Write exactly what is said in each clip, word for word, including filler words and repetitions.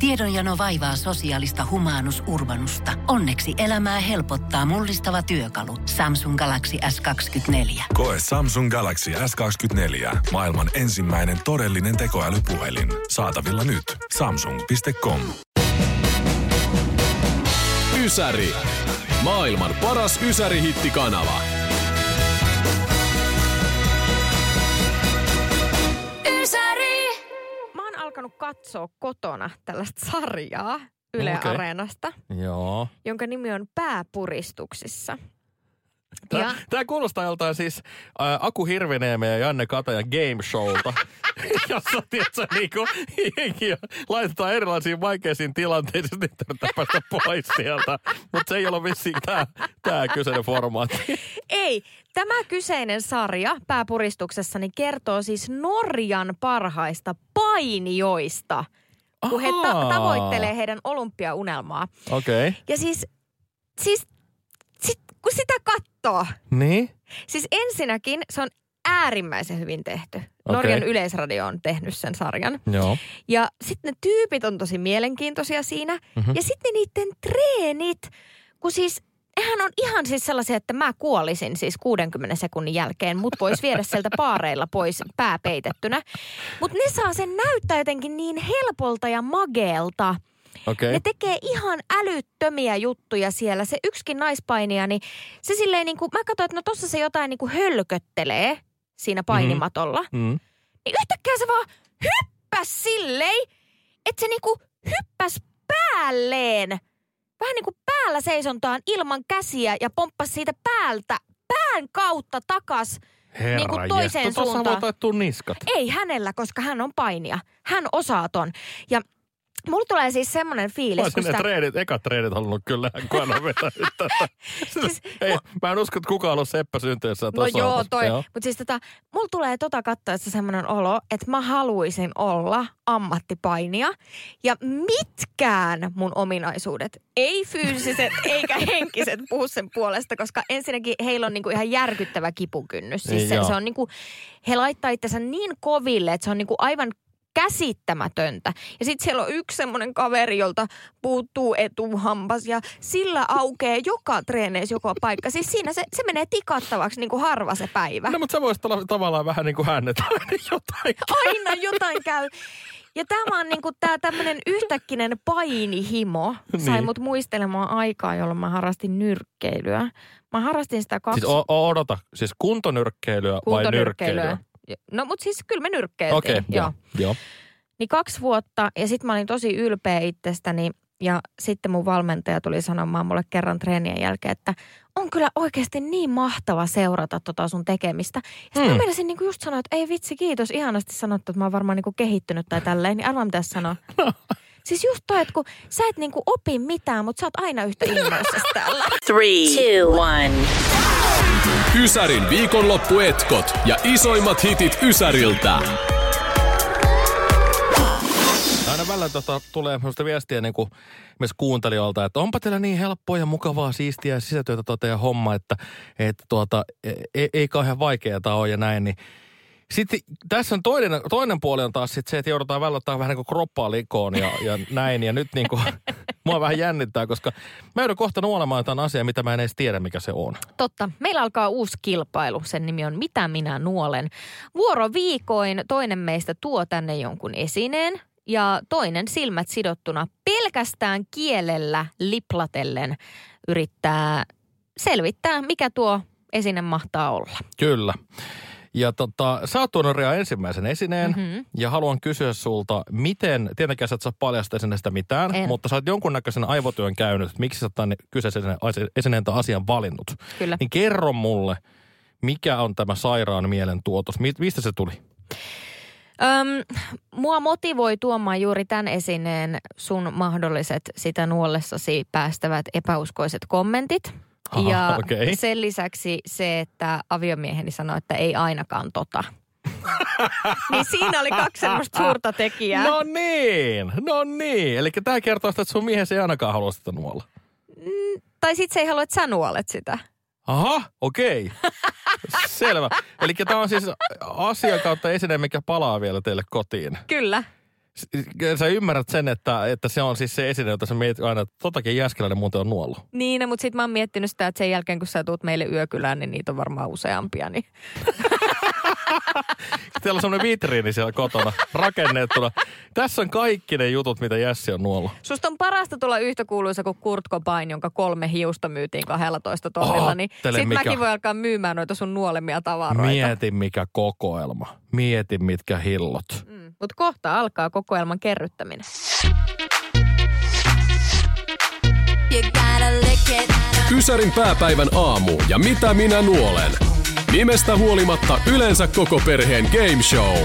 Tiedonjano vaivaa sosiaalista humanus urbanusta. Onneksi elämää helpottaa mullistava työkalu. Samsung Galaxy S kaksikymmentäneljä. Koe Samsung Galaxy S kaksikymmentäneljä. Maailman ensimmäinen todellinen tekoälypuhelin. Saatavilla nyt. Samsung piste com. Ysäri. Maailman paras Ysäri-hittikanava. Ysäri! Mä oon alkanut katsoa kotona tällaista sarjaa Yle okay. Areenasta, Joo. jonka nimi on Pääpuristuksissa. Tää, ja... tää kuulostaa joltain siis ä, Aku Hirviniemen ja Janne Katajan game showlta, jossa tiedätkö, niinku, laitetaan erilaisiin vaikeisiin tilanteisiin, että niitä yritetään päästä pois sieltä. Mutta se ei ole vissiin tää, tää kyseinen formaatti. Ei. Tämä kyseinen sarja Pääpuristuksessa niin kertoo siis Norjan parhaista painijoista, kun he ta- tavoittelee heidän olympiaunelmaa. Okei. Okay. Ja siis, siis sit, kun sitä katsoo. Niin? Siis ensinnäkin se on äärimmäisen hyvin tehty. Okay. Norjan Yleisradio on tehnyt sen sarjan. Joo. Ja sitten ne tyypit on tosi mielenkiintoisia siinä. Mm-hmm. Ja sitten niiden treenit, kun siis eihän on ihan siis sellaisia, että mä kuolisin siis kuudenkymmenen sekunnin jälkeen. Mut vois viedä sieltä paareilla pois pää peitettynä. Mutta ne saa sen näyttää jotenkin niin helpolta ja mageelta. Okay. Ne tekee ihan älyttömiä juttuja siellä. Se yksikin naispainija, niin se silleen niin kuin, mä katsoin, että no tossa se jotain niin kuin hölköttelee siinä painimatolla. Mm-hmm. Niin yhtäkkiä se vaan hyppäs silleen, että se niin kuin hyppäs päälleen. Vähän niin kuin päällä seisontaan ilman käsiä ja pomppasi siitä päältä, pään kautta takas Herra niin kuin toiseen jästä, suuntaan. Tuossa voi taittua niskat. Ei hänellä, koska hän on painija. Hän osaa ton. Ja mulla tulee siis semmoinen fiilis, mä kun sitä... sitä... treenit, ekat treenit halunnut kyllä, kun hän on vetänyt tätä. siis, ei, mä en usko, että kukaan ollut Seppä syntyessä. No joo, toi. Mutta siis tota, mulla tulee tota katsoessa semmoinen olo, että mä haluaisin olla ammattipainija. Ja mitkään mun ominaisuudet, ei fyysiset eikä henkiset, puhu sen puolesta, koska ensinnäkin heillä on niinku ihan järkyttävä kipukynnys. Siis se, se on niinku, he laittaa itsensä niin koville, että se on niinku aivan käsittämätöntä. Ja sitten siellä on yksi semmoinen kaveri, jolta puuttuu etuhampas ja sillä aukeaa joka treeneissä joka paikka. Siis siinä se, se menee tikattavaksi niin kuin harva se päivä. No, mutta sä voisit olla tavallaan vähän niin kuin hänet. Aina jotain käy. Aina jotain käy. Ja tämä on niinku tää tämmönen yhtäkkinen painihimo sai niin. mut muistelemaan aikaa, jolloin mä harrastin nyrkkeilyä. Mä harrastin sitä kaksi... Siis o- o- odota, siis kuntonyrkkeilyä vai nyrkkeilyä? No mut siis kyllä me nyrkkeiltiin. Okei, okay, joo. joo. Niin kaksi vuotta ja sit mä olin tosi ylpeä itsestäni ja sitten mun valmentaja tuli sanomaan mulle kerran treenien jälkeen, että on kyllä oikeasti niin mahtava seurata tota sun tekemistä. Ja sitten hmm. mä menisin niinku just sanoa, että ei vitsi, kiitos, ihanasti sanottu, että mä oon varmaan niinku kehittynyt tai tälleen. Niin arvaa mitä sanoa. No. Siis just toi, että kun sä et niinku opi mitään, mutta sä oot aina yhtä innoissasi täällä. Three, two, one. Ysärin viikonloppuetkot ja isoimmat hitit Ysäriltä. Aina välillä tota, tulee sellaista viestiä niin kuin myös kuuntelijoilta, että onpa teillä niin helppoa ja mukavaa, siistiä ja sisätyötä tota ja homma, että, että tuota, ei, ei kauhean vaikeaa ole ja näin. Niin. Sitten tässä on toinen, toinen puoli on taas sit se, että joudutaan välillä ottaa vähän niin kuin kroppaa likoon ja, ja näin. Ja nyt niin kuin, mua vähän jännittää, koska mä joudun kohta nuolemaan jotain asiaa, mitä mä en edes tiedä, mikä se on. Totta. Meillä alkaa uusi kilpailu. Sen nimi on Mitä minä nuolen. Vuoroviikoin toinen meistä tuo tänne jonkun esineen. Ja toinen silmät sidottuna pelkästään kielellä liplatellen yrittää selvittää, mikä tuo esine mahtaa olla. Kyllä. Ja tota, sä oot tuonut Rea ensimmäisen esineen mm-hmm. ja haluan kysyä sulta, miten, tietenkään sä et saa paljasta esineestä mitään, en. mutta sä oot jonkunnäköisen aivotyön käynyt, että miksi sä oot tämän kyseisen esineen tai asian valinnut. Kyllä. Niin kerro mulle, mikä on tämä sairaan mielen tuotos, mistä se tuli? Öm, mua motivoi tuomaan juuri tämän esineen sun mahdolliset sitä nuollessasi päästävät epäuskoiset kommentit. Aha, ja okay. sen lisäksi se, että aviomieheni sanoi, että ei ainakaan tota. Niin siinä oli kaksi semmoista suurta tekijää. No niin, no niin. Eli tämä kertoo sitä, että sun miehesi ei ainakaan halua sitä nuolla. Mm, tai sit se ei halua, että sä nuolet sitä. Aha, okei. Okay. Selvä. Eli tämä on siis asia kautta esine, mikä palaa vielä teille kotiin. Kyllä. Sä ymmärrät sen, että, että se on siis se esine, jota sä mietit aina, että totakin Jääskeläinen muuten on nuollut. Niin, no, mutta sit mä oon miettinyt sitä, että sen jälkeen kun sä tuut meille yökylään, niin niitä on varmaan useampia. Niin. Teillä on semmoinen vitriini siellä kotona rakennettuna. Tässä on kaikki ne jutut, mitä Jässi on nuollut. Susta on parasta tulla yhtä kuuluisa kuin Kurt Cobain, jonka kolme hiusta myytiin kaksitoista tonnilla. Oh, niin sit mikä... mäkin voi alkaa myymään noita sun nuolemia tavaroita. Mieti mikä kokoelma. Mieti mitkä hillot. Mm. Mutta kohta alkaa kokoelman kerryttäminen. Ysärin pääpäivän aamu ja mitä minä nuolen. Nimestä huolimatta yleensä koko perheen game show.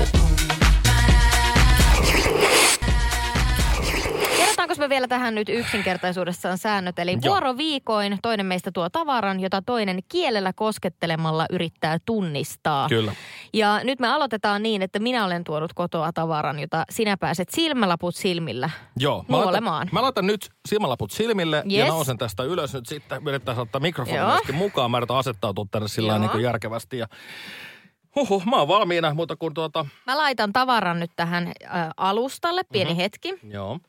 Kerrotaanko me vielä tähän nyt yksinkertaisuudessaan säännöt? Eli vuoroviikoin toinen meistä tuo tavaran, jota toinen kielellä koskettelemalla yrittää tunnistaa. Kyllä. Ja nyt me aloitetaan niin, että minä olen tuonut kotoa tavaran, jota sinä pääset silmälaput silmillä Joo, nuolemaan. Mä laitan nyt silmälaput silmille yes. ja nousen tästä ylös nyt sitten. Yritetään ottaa mikrofoni myöskin mukaan. Mä yritän asettautua tänne sillä niin kuin järkevästi. Ja huhhuh, mä oon valmiina, mutta kun tuota... Mä laitan tavaran nyt tähän ä, alustalle, pieni mm-hmm. hetki. Joo.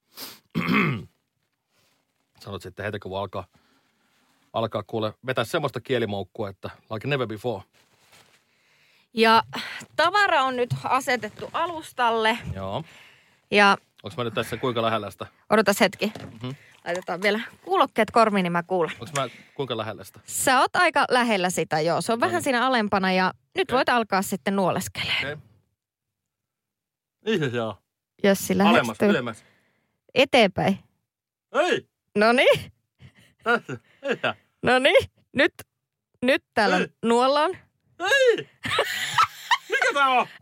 Sanot sitten heti, kun alkaa, alkaa kuule vetää semmoista kielimoukkua, että like never before. Ja tavara on nyt asetettu alustalle. Joo. Ja... Onks mä nyt tässä kuinka lähellä sitä? Odotas hetki. Mm-hmm. Laitetaan vielä kuulokkeet korviin, niin mä kuulen. Onks mä kuinka lähellä sitä? Sä oot aika lähellä sitä, joo. Se on no. vähän siinä alempana ja nyt okay. voit alkaa sitten nuoleskelemaan. Okei. Okay. Niin se on. Jos sillä alemmas, ylemmäs. Eteenpäin. Ei! Noniin. Tässä, ei. Noniin. Nyt, nyt täällä ei. Nuollaan. Ei! Mikä tää on?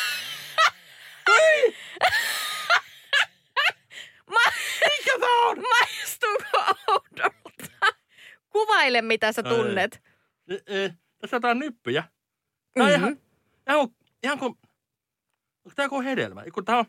Ei! Ma... Mikä tää on? Maistuuko oudolta? Kuvaile, mitä sä tunnet. Ei. Ei. Tässä on jotain nyppyjä. Tää on mm-hmm. ihan, ihan, ihan kuin... Onko tää joku hedelmä? Kun tää on...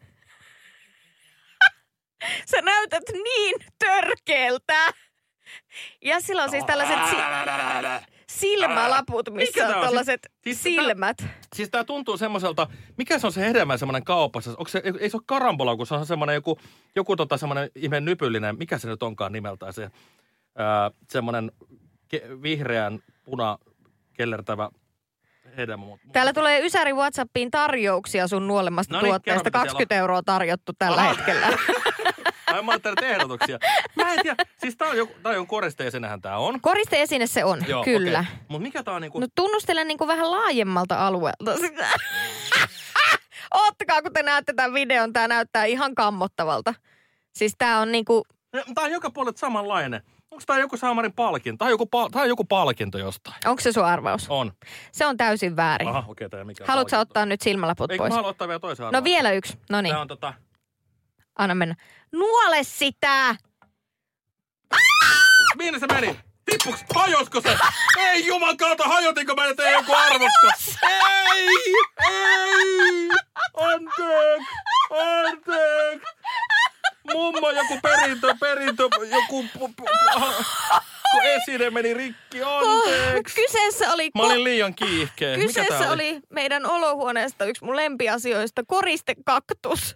Sä näytät niin törkeältä. Ja sillä on siis tällaiset si- silmälaput, missä on tällaiset siis silmät. Tää, siis tää tuntuu semmoiselta, mikä se on se hedelmä semmoinen kaupassa? Onko se, ei se ole karambola, kun se on semmoinen joku, joku tota semmoinen ihme nypyllinen, mikä se nyt onkaan nimeltään se, ää, semmoinen ke- vihreän puna kellertävä hedelmä. Täällä tulee Ysäri WhatsAppiin tarjouksia sun nuolemasta no niin, tuotteesta. kaksikymmentä euroa tarjottu tällä Aha. hetkellä. Ai mä oon täällä ehdotuksia. Mä en tiedä. Siis tää on joku, tää on koristeesinehän tää on. Koristeesine se on, joo, kyllä. Okay. Mut mikä tää on niinku... No tunnustelen niinku vähän laajemmalta alueelta. Ottakaa, kun te näette tämän videon, tää näyttää ihan kammottavalta. Siis tää on niinku... Tää on joka puolella samanlainen. Onko tää joku saamarin palkinto? Tää on joku, pal- tää on joku palkinto jostain. Onko se sun arvaus? On. Se on täysin väärin. Aha, okei, okay, tää ei mikään Haluatko sä ottaa nyt silmälaput Eikö pois? mä haluan ottaa vielä toisen arvaus? No vielä yksi. No niin. Tää on tota... Anna mennä. Nuole sitä! Mihin se meni? Tippuks? Hajosko se? Ei juman kautta, hajotinko mä eteen joku arvosto? Ei! Ei! Anteeksi! Anteeksi! Mummo joku perintö, perintö, joku esine meni rikki, anteeksi. Kyseessä oli... Mä olin liian kiihkeä. Kyseessä Mikä oli? oli meidän olohuoneesta yksi mun lempiasioista, koristekaktus.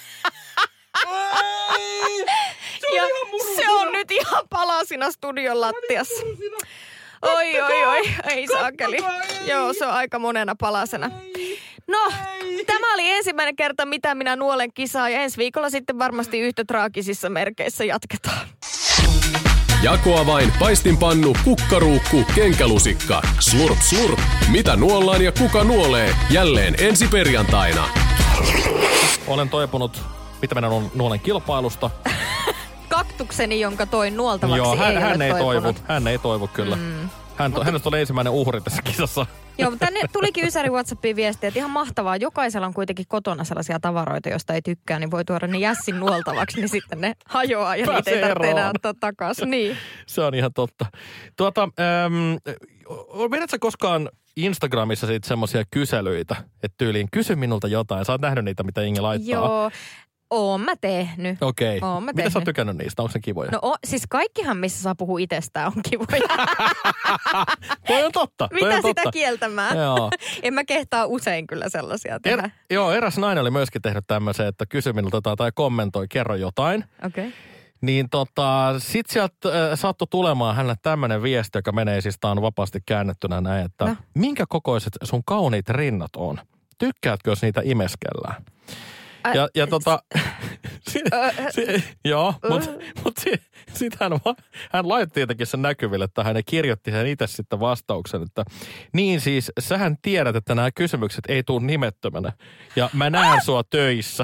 Ei! Se on ja ihan murusina. Se on nyt ihan palasina studion lattiassa. Oi, oi, oi. Ei saakeli. Joo, se on aika monena palasena. No, ei. Tämä oli ensimmäinen kerta, mitä minä nuolen kisaa. Ja ensi viikolla sitten varmasti yhtä traagisissa merkeissä jatketaan. Jakoa vain paistinpannu, kukkaruukku, kenkälusikka. Slurp, slurp. Mitä nuollaan ja kuka nuolee? Jälleen ensi perjantaina. Olen toipunut, mitä minä nuolen kilpailusta. Kaktukseni, jonka toin nuoltavaksi, Joo, hän, ei hän ole ei toipunut. toivu. Hän ei toivu kyllä. Mm. Hän to, hänestä oli ensimmäinen uhri tässä kisassa. Joo, mutta tänne tulikin Ysäri WhatsAppiin viestiä, että ihan mahtavaa. Jokaisella on kuitenkin kotona sellaisia tavaroita, joista ei tykkää, niin voi tuoda ne Jässin nuoltavaksi, niin sitten ne hajoaa ja Pääsee niitä ei tarvitse eroon. enää ottaa takaisin. Niin. Se on ihan totta. Tuota, ähm, vedät sä koskaan Instagramissa siitä semmoisia kyselyitä, että tyyliin kysy minulta jotain. Sä oot nähnyt niitä, mitä Inge laittaa. Joo. Oon mä tehnyt. Okei. Oon mä Mitä tehnyt. sä oot tykännyt niistä? Onko se kivoja? No o, siis kaikkihan, missä saa puhua itsestään, on kivoja. Toi on totta. Toi Mitä on sitä totta. kieltämään? Joo. En mä kehtaa usein kyllä sellaisia tehdä. Er, joo, eräs nainen oli myöskin tehnyt tämmöisen, että kysy minulta tai, tai kommentoi, kerro jotain. Okei. Okay. Niin tota, sit sieltä äh, saattoi tulemaan hänelle tämmöinen viesti, joka menee siis, tää on vapaasti käännettynä näin, että no. minkä kokoiset sun kauniit rinnat on? Tykkäätkö, jos niitä imeskellään? Ä, Ja, ja tota, si, Ö, si, joo, mutta mut si, sit hän, va, hän laittoi tietenkin sen näkyville tähän ja kirjoitti sen itse sitten vastauksen, että niin siis sähän tiedät, että nämä kysymykset ei tule nimettömänä ja mä näen sua töissä.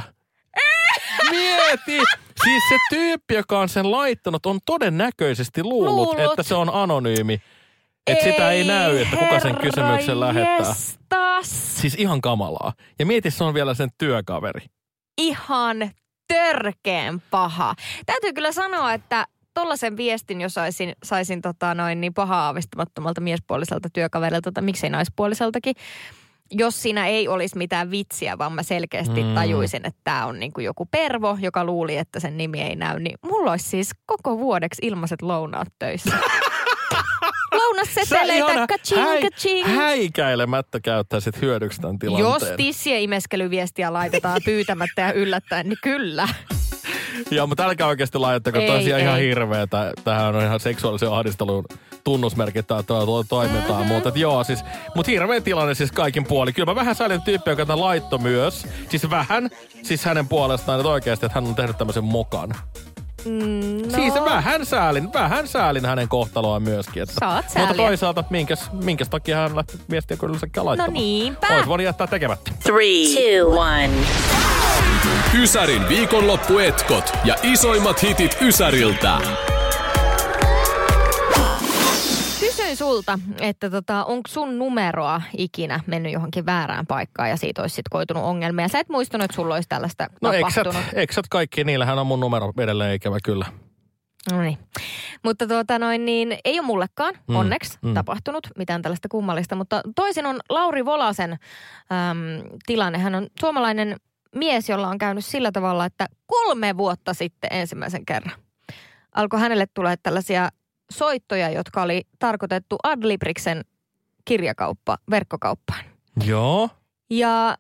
Mieti! Siis se tyyppi, joka on sen laittanut, on todennäköisesti luullut, Luullut. että se on anonyymi. Että sitä ei näy, että kuka sen kysymyksen lähettää. Jestas. Siis ihan kamalaa. Ja mieti, se on vielä sen työkaveri. Ihan törkeen paha. Täytyy kyllä sanoa, että tollaisen viestin, jos saisin, saisin tota noin niin paha aavistamattomalta miespuoliselta työkaverilta, tai miksei naispuoliseltakin, jos siinä ei olisi mitään vitsiä, vaan mä selkeästi Mm. tajuisin, että tämä on niin kuin joku pervo, joka luuli, että sen nimi ei näy, niin mulla olisi siis koko vuodeksi ilmaiset lounaat töissä. Lounasseteleitä, kaching, kaching. häikäilemättä käyttäisit hyödyksi tämän tilanteen. Jos tissien imeskelyviestiä laitetaan pyytämättä ja yllättäen, niin kyllä. Joo, mutta älkää oikeasti laittako, Ei, tosiaan ihan ei. hirveetä. Tämähän on ihan seksuaalisen ahdistelun tunnusmerkit tai tuo toimintaa mm-hmm. muuta. Joo, siis, mutta hirveä tilanne siis kaikin puoli. Kyllä mä vähän säilin tyyppiä, joka tämän laittoi myös. Siis vähän, siis hänen puolestaan, että oikeasti, että hän on tehnyt tämmöisen mokan. Mm, no. Siis vähän säälin, vähän säälin hänen kohtaloaan myöskin. Että, Saat mutta sääliä. toisaalta, minkäs, minkäs takia hän lähti viestiä kyllä sekä laittamaan. No niinpä. Olisi voinut jättää tekemättä. Three, two, one. Ysärin viikonloppuetkot ja isoimmat hitit Ysäriltä. Kysyin sulta, että tota, onko sun numeroa ikinä mennyt johonkin väärään paikkaan ja siitä olisi sit koitunut ongelmia. Sä et muistunut, että sulla olisi tällaista No tapahtunut. eksät, eksät kaikki, niillähän on mun numero edelleen ikävä kyllä. No niin. Mutta tuota noin niin, ei ole mullekaan Mm, onneksi mm. tapahtunut mitään tällaista kummallista, mutta toisin on Lauri Volasen äm, tilanne. Hän on suomalainen mies, jolla on käynyt sillä tavalla, että kolme vuotta sitten ensimmäisen kerran alkoi hänelle tulee tällaisia soittoja, jotka oli tarkoitettu Adlibriksen kirjakauppa, verkkokauppaan. Joo. Ja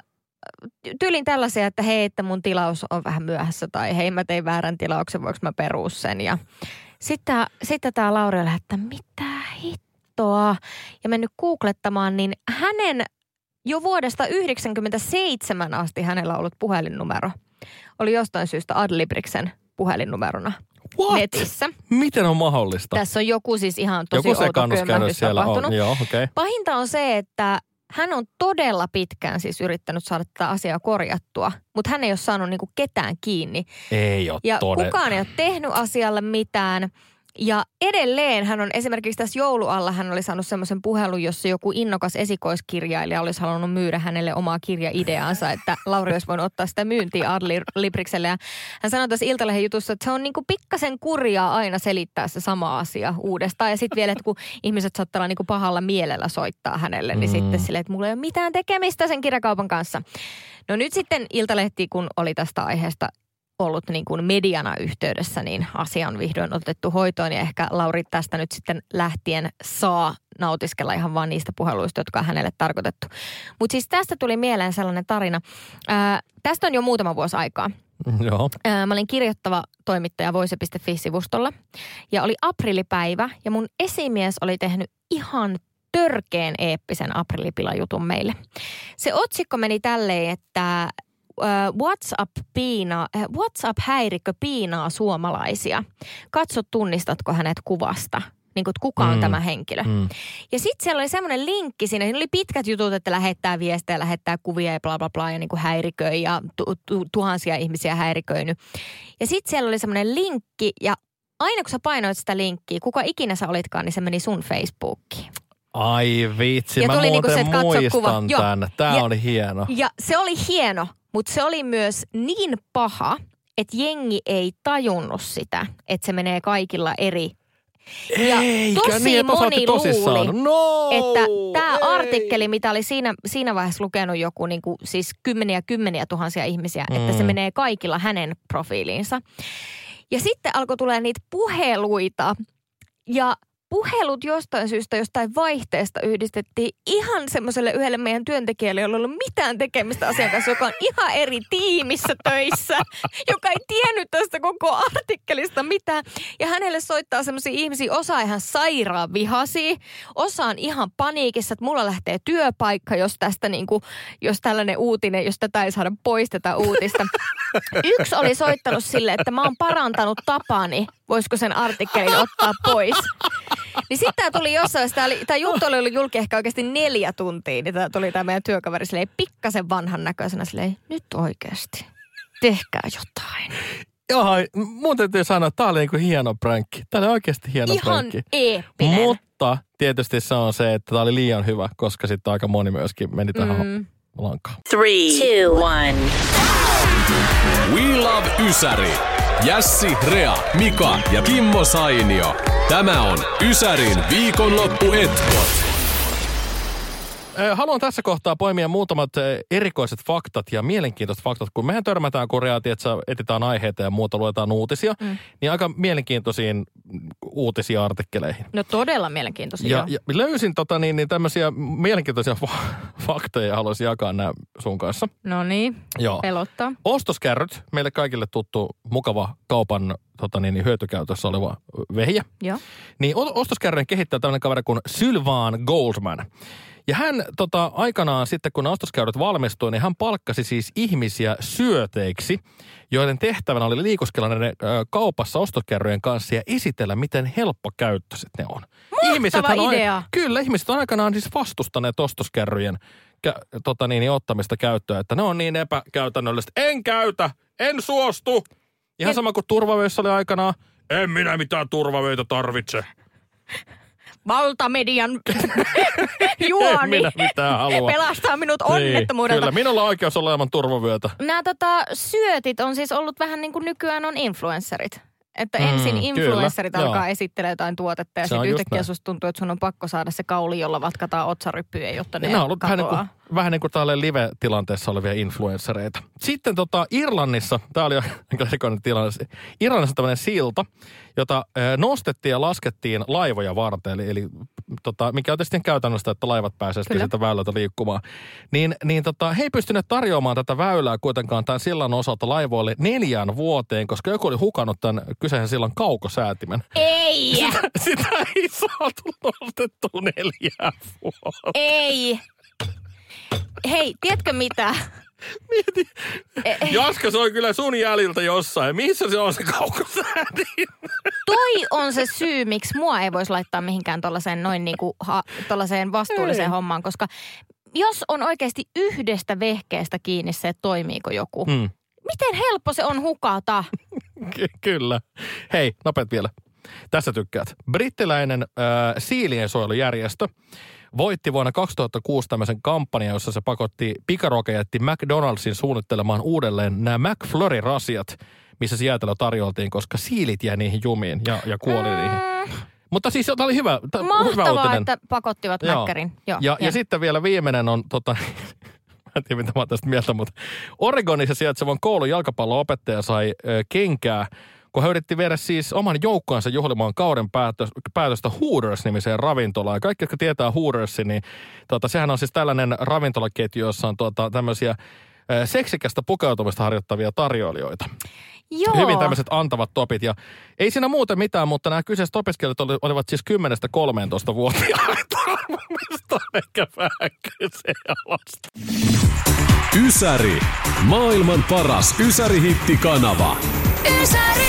tyylin tällaisia, että hei, että mun tilaus on vähän myöhässä tai hei, mä tein väärän tilauksen, voiko mä perua sen. Ja sitten, sitten tämä Lauri oli, että mitä hittoa. Ja mennyt googlettamaan, niin hänen jo vuodesta yhdeksänkymmentäseitsemän asti hänellä ollut puhelinnumero oli jostain syystä Adlibriksen puhelinnumerona. What? Netissä. Miten on mahdollista? Tässä on joku siis ihan tosi Joku outo sekannus käynyt kömmähdys siellä tapahtunut. on. Joo, okei. Okay. Pahinta on se, että hän on todella pitkään siis yrittänyt saada tätä asiaa korjattua, mutta hän ei ole saanut niinku ketään kiinni. Ei ole Ja todella. kukaan ei ole tehnyt asialle mitään. Ja edelleen hän on esimerkiksi tässä joulualla, hän oli saanut semmoisen puhelun, jossa joku innokas esikoiskirjailija olisi halunnut myydä hänelle omaa kirjaideaansa, että Lauri olisi voinut ottaa sitä myyntiä Adlibrikselle. Ja hän sanoi tässä Iltalehden jutussa, että se on niinku pikkasen kurjaa aina selittää se sama asia uudestaan. Ja sitten vielä, että kun ihmiset saattaa niinku pahalla mielellä soittaa hänelle, niin Mm. sitten silleen, että mulla ei ole mitään tekemistä sen kirjakaupan kanssa. No nyt sitten Iltalehti, kun oli tästä aiheesta ollut niin kuin mediana yhteydessä, niin asia on vihdoin otettu hoitoon ja ehkä Lauri tästä nyt sitten lähtien saa nautiskella ihan vaan niistä puheluista, jotka on hänelle tarkoitettu. Mutta siis tästä tuli mieleen sellainen tarina. Ää, tästä on jo muutama vuosi aikaa. Joo. Ää, mä olin kirjoittava toimittaja voise piste fi-sivustolla ja oli aprillipäivä ja mun esimies oli tehnyt ihan törkeen eeppisen aprillipilajutun meille. Se otsikko meni tälleen, että WhatsApp piinaa, WhatsApp-häirikkö piinaa suomalaisia. Katso, tunnistatko hänet kuvasta? Niin kuin, kuka on Mm. tämä henkilö. Mm. Ja sitten siellä oli semmoinen linkki siinä. Siinä oli pitkät jutut, että lähettää viestejä, lähettää kuvia ja bla bla bla ja niin kuin häiriköi ja tu- tu- tuhansia ihmisiä häiriköinyt. Ja sitten siellä oli semmoinen linkki ja aina kun sä painoit sitä linkkiä, kuka ikinä sä olitkaan, niin se meni sun Facebookiin. Ai vitsi, Ja mä tuli niinku muuten se, että katso muistan kuva. Joo. tän. Tää Ja- oli hieno. Ja se oli hieno, mutta se oli myös niin paha, että jengi ei tajunnut sitä, että se menee kaikilla eri Ja Eikä, tosi niin, että moni tosissaan. luuli, No, että tämä ei. artikkeli, mitä oli siinä, siinä vaiheessa lukenut joku niin kuin, siis kymmeniä kymmeniä tuhansia ihmisiä, mm. että se menee kaikilla hänen profiiliinsa. Ja sitten alkoi tulee niitä puheluita ja puhelut jostain syystä, jostain vaihteesta yhdistettiin ihan semmoiselle yhdelle meidän työntekijälle, jolla ei ollut mitään tekemistä asian kanssa, joka on ihan eri tiimissä töissä, joka ei tiennyt tästä koko artikkelista mitään. Ja hänelle soittaa semmoisia ihmisiä, osa ihan sairaan vihaisia, osa on ihan paniikissa, että mulla lähtee työpaikka, jos tästä niinku, jos tällainen uutinen, jos tätä ei saada pois tätä uutista. Yksi oli soittanut silleen, että mä oon parantanut tapani, voisiko sen artikkelin ottaa pois. Niin sitten tämä tuli jossain, tämä juttu oli ollut julki ehkä oikeasti neljä tuntia, niin tämä tuli tämä meidän työkaveri silleen pikkasen vanhan näköisenä silleen, nyt oikeasti, tehkää jotain. Joo, mun täytyy sanoa, että tämä oli niinku hieno pränkki. Tämä oli oikeasti hieno ihan pränkki. Ihan eeppinen. Mutta tietysti se on se, että tämä oli liian hyvä, koska sitten aika moni myöskin meni tähän mm. lankaan. Three, two, one. We Love Ysäri. Jässi, Rea, Mika ja Kimmo Sainio. Tämä on Ysärin viikonloppuetkot. Haluan tässä kohtaa poimia muutamat erikoiset faktat ja mielenkiintoiset faktat. Kun mehän törmätään, kun Rea, tietsä, etsitään aiheita ja muuta, luetaan uutisia, mm. niin aika mielenkiintoisiin uutisia artikkeleihin. No todella mielenkiintoisia. Ja, ja löysin tota, niin, niin tämmöisiä mielenkiintoisia fa- faktoja ja haluaisin jakaa nämä sun kanssa. No niin, pelottaa. Ostoskärryt, meille kaikille tuttu mukava kaupan tota, niin, niin, hyötykäytössä oleva vehjä. Joo. Niin ostoskärryjen kehittää tämmöinen kaveri kuin Sylvain Goldman. Ja hän tota, aikanaan sitten, kun ostoskäyrät valmistui, niin hän palkkasi siis ihmisiä syöteiksi, joiden tehtävänä oli liikuskella näiden ö, kaupassa ostoskärryjen kanssa ja esitellä, miten helppokäyttöiset ne on. Mahtava idea! On, kyllä, ihmiset on aikanaan siis vastustaneet ostoskärryjen kä, tota niin, ottamista käyttöön, että ne on niin epäkäytännölliset. En käytä, en suostu! Ihan en... sama kuin turvavöissä oli aikanaan, en minä mitään turvavöitä tarvitse. Valtamedian juoni. En minä mitään halua. Pelastaa minut onnettomuudelta. Niin, kyllä, minulla on oikeus olla ilman turvavyötä. Nämä tota, syötit on siis ollut vähän niin kuin nykyään on influencerit. Että mm, ensin influencerit kyllä, alkaa esittelee jotain tuotetta ja sitten yhtäkkiä susta tuntuu, että sun on pakko saada se kauli, jolla vatkataan otsaryppyjä, jotta ne katoaa. Vähän niin kuin, vähän niin kuin täällä live-tilanteessa olevia influenssereita. Sitten tota Irlannissa, tämä oli aika erikoinen tilanne, Irlannissa tämmöinen silta, jota nostettiin ja laskettiin laivoja varten, eli, eli tota, mikä on tietysti käytännössä, että laivat pääsevät sieltä väylältä liikkumaan. Niin, niin tota, he ei pystyneet tarjoamaan tätä väylää kuitenkaan tämän sillan osalta laivoille neljään vuoteen, koska joku oli hukannut tämän kyseisen sillan kaukosäätimen. Ei! Sitä, sitä ei saatu nostettua neljään vuoteen. Ei! Hei, tiedätkö mitä? Mieti. Jaska, se on kyllä sun jäljiltä jossain. Missä se on se kaukosäätin? Toi on se syy, miksi mua ei voisi laittaa mihinkään tollaiseen noin niinku, ha, tollaiseen vastuulliseen ei. hommaan, koska jos on oikeasti yhdestä vehkeestä kiinni se, että toimiiko joku, hmm. miten helppo se on hukata? Ky- kyllä. Hei, nopeat vielä. Tässä tykkäät. Brittiläinen äh, siiliensuojelujärjestö voitti vuonna kaksituhattakuusi tämmöisen kampanjan, jossa se pakotti pikaruokajätti McDonald'sin suunnittelemaan uudelleen nämä McFlurry-rasiat, missä sieltä tarjoltiin, koska siilit jäi niihin jumiin ja, ja kuoli mm. niihin. Mutta siis tämä oli hyvä. T- Mahtavaa, hyvä että pakottivat Mäkkärin. Ja, ja, ja sitten vielä viimeinen on, tota, mä en tiedä mitä mä oon tästä mieltä, mutta Oregonissa sijaitsevan koulun jalkapallo-opettaja sai ö, kenkää, kun hän yritti viedä siis oman joukkoansa juhlimaan kauden päätös, päätöstä Hooters-nimiseen ravintolaan. Kaikki, jotka tietää Hootersin, niin tota, sehän on siis tällainen ravintolaketju, jossa on tuota, tämmöisiä ö, seksikästä pukeutumista harjoittavia tarjoilijoita. Joo. Hyvin tämmöiset antavat topit. Ja ei siinä muuten mitään, mutta nämä kyseiset opiskelijat oli, olivat siis kymmenestä kolmeentoista vuotiaita. Mun mielestä on ehkä vähän kyseenalaista. Ysäri. Maailman paras Ysäri-hittikanava. Ysäri!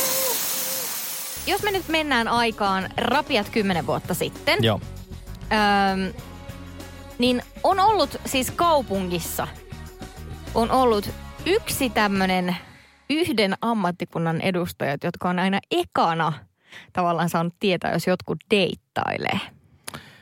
Jos me nyt mennään aikaan rapiat kymmenen vuotta sitten. Joo. Öö, niin on ollut siis kaupungissa, on ollut yksi tämmönen yhden ammattikunnan edustajat, jotka on aina ekana tavallaan saanut tietää, jos jotkut deittailee.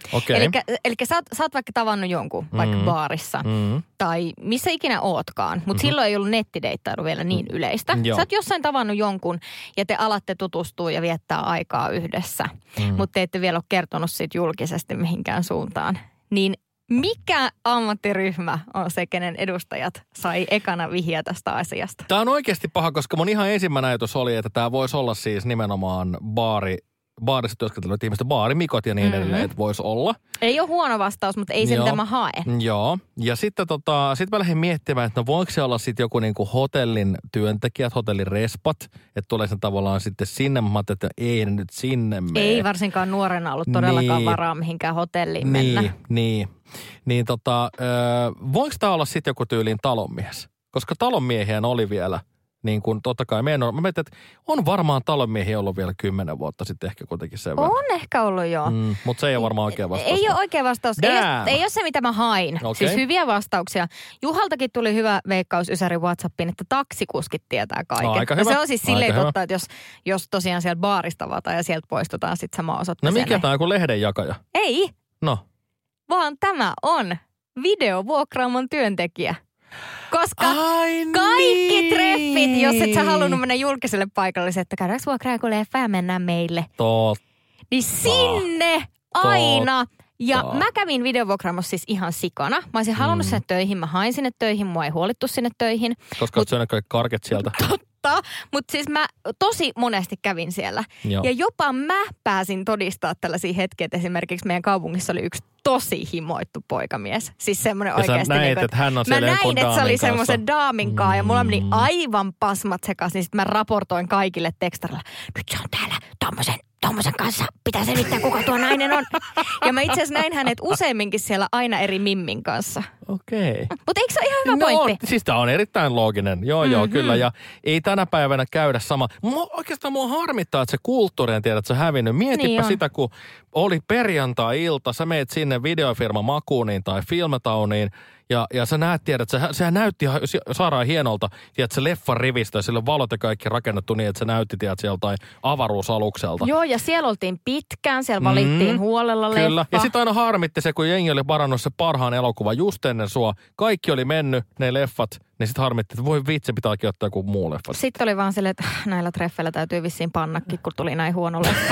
Okei. Elikkä, elikkä sä, oot, sä oot vaikka tavannut jonkun, vaikka Mm. baarissa, Mm. tai missä ikinä ootkaan, mutta Mhm. silloin ei ollut nettideittailu vielä niin yleistä. Joo. Sä oot jossain tavannut jonkun ja te alatte tutustua ja viettää aikaa yhdessä, Mm. mutta te ette vielä ole kertonut siitä julkisesti mihinkään suuntaan. Niin mikä ammattiryhmä on se, kenen edustajat sai ekana vihjeä tästä asiasta? Tämä on oikeasti paha, koska mun ihan ensimmäinen ajatus oli, että tämä voisi olla siis nimenomaan baari, baarissa työskentelevät ihmiset, baarimikot ja niin Mhm. edelleen, että voisi olla. Ei ole huono vastaus, mutta ei se, Joo. mitä mä haen. Joo. Ja sitten tota, sit mä lähdin miettimään, että no voiko se olla sitten joku niinku hotellin työntekijät, hotellin respat, että tulee sen tavallaan sitten sinne. Mä ajattelin, että ei ne nyt sinne mene. Ei varsinkaan nuorena ollut todellakaan Niin. varaa mihinkään hotelliin mennä. Niin, niin. Niin tota, ö, voiko tämä olla sitten joku tyyliin talonmies? Koska talonmiehiä oli vielä, niin kuin totta kai meidän on, mä mietin, että on varmaan talonmiehiä ollut vielä kymmenen vuotta sitten ehkä kuitenkin sen verran. On ehkä ollut joo. Mm, mutta se ei ole varmaan oikea vastaus. Ei ole oikea vastaus. Ei ole, Damn. ei ole se, mitä mä hain. Okei. Siis hyviä vastauksia. Juhaltakin tuli hyvä veikkaus Ysäri WhatsAppiin, että taksikuskit tietää kaiken. Aika Ja hyvä. se on siis silleen Aika totta, että jos, jos tosiaan siellä baarista tavataan ja sieltä poistutaan sitten sama No osoitteeseen. mikä tämä on joku lehdenjakaja? Ei, No. vaan tämä on videovuokraamon työntekijä. Koska Ai kaikki niin. treffit, jos et sä halunnut mennä julkiselle paikalle, että käydäänkö vuokraa joku leffa ja mennään meille. Totta. Niin sinne aina. Ja Totta. mä kävin videovuokraamossa siis ihan sikana. Mä olisin halunnut Mm. sinne töihin, mä hain sinne töihin, mua ei huolittu sinne töihin. Koska oot syönyt kaikki karket sieltä. Totta, mutta siis mä tosi monesti kävin siellä. Joo. Ja jopa mä pääsin todistaa tällaisia hetkiä, että esimerkiksi meidän kaupungissa oli yksi tosi himoittu poikamies. Siis semmoinen Ja sä oikeasti. näit, niin kuin, että hän on mä siellä näin, jonkun että se oli daamin semmoisen kanssa. daamin kanssa ja mulla meni Mm. aivan pasmat sekaisin. Niin sitten mä raportoin kaikille tekstarilla, nyt se on täällä tommosen, tommosen kanssa, pitää selittää kuka tuo nainen on. Ja mä itse asiassa näin hänet useamminkin siellä aina eri mimmin kanssa. Okei. Mutta eikö se ole ihan hyvä No, pointti? siis tämä on erittäin looginen. Joo, mm-hmm. joo, Mhm. kyllä. Ja ei tänä päivänä käydä sama. Mua, oikeastaan mua harmittaa, että se kulttuuri, en tiedä, että se on hävinnyt. Mietipä Niin on. sitä, kun oli perjantai-ilta, sä meet sinne videofirma Makuuniin tai Filmetowniin, ja, ja sä näet, tiedät, että se, sehän näytti ihan sairaan hienolta, tiedät, se leffan rivistä, sillä valot ja kaikki rakennettu niin, että se näytti, tiedät, sieltä avaruusalukselta. Joo, ja siellä oltiin pitkään, siellä valittiin Mm, huolella leffa. Kyllä. Ja sitten aina harmitti se, kun jengi oli varannut se parhaan elokuvan just ennen sua. Kaikki oli mennyt, ne leffat, niin sitten harmitti, että voi vitsi, pitääkin ottaa joku muu leffa. Sitten oli vaan silleen, että näillä treffeillä täytyy vissiin pannakin, kun tuli näin huono leffa.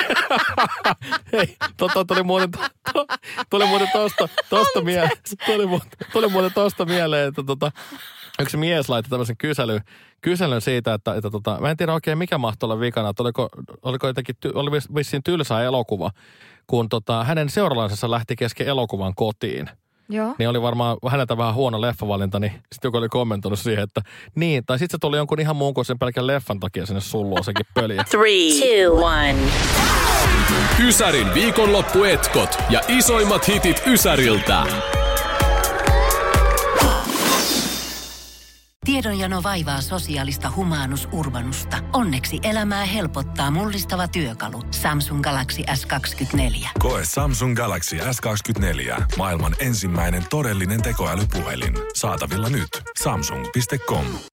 Hei, tota tuli muuten, to, to, tuli muuten tosta, tosta mieleen, tuli, mu- tuli muuten tosta mieleen, että tota, yksi mies laittoi tämmöisen kyselyn, kyselyn siitä, että, että tota, mä en tiedä oikein mikä mahtoi olla vikana, että oliko, oliko jotenkin, ty, oli vis- vissiin tylsä elokuva, kun tota, hänen seuralaisensa lähti kesken elokuvan kotiin. Joo. Niin oli varmaan häneltä vähän huono leffavalinta, niin sitten joku oli kommentoinut siihen, että niin, tai sitten se tuli jonkun ihan muun kuin sen pelkän leffan takia sinne sulluun sekin pöliä. Three, two, one. Ysärin viikonloppuetkot ja isoimmat hitit Ysäriltä. Tiedonjano vaivaa sosiaalista humanus urbanusta. Onneksi elämää helpottaa mullistava työkalu. Samsung Galaxy S kaksikymmentäneljä. Koe Samsung Galaxy S kaksikymmentäneljä. Maailman ensimmäinen todellinen tekoälypuhelin. Saatavilla nyt. Samsung piste com.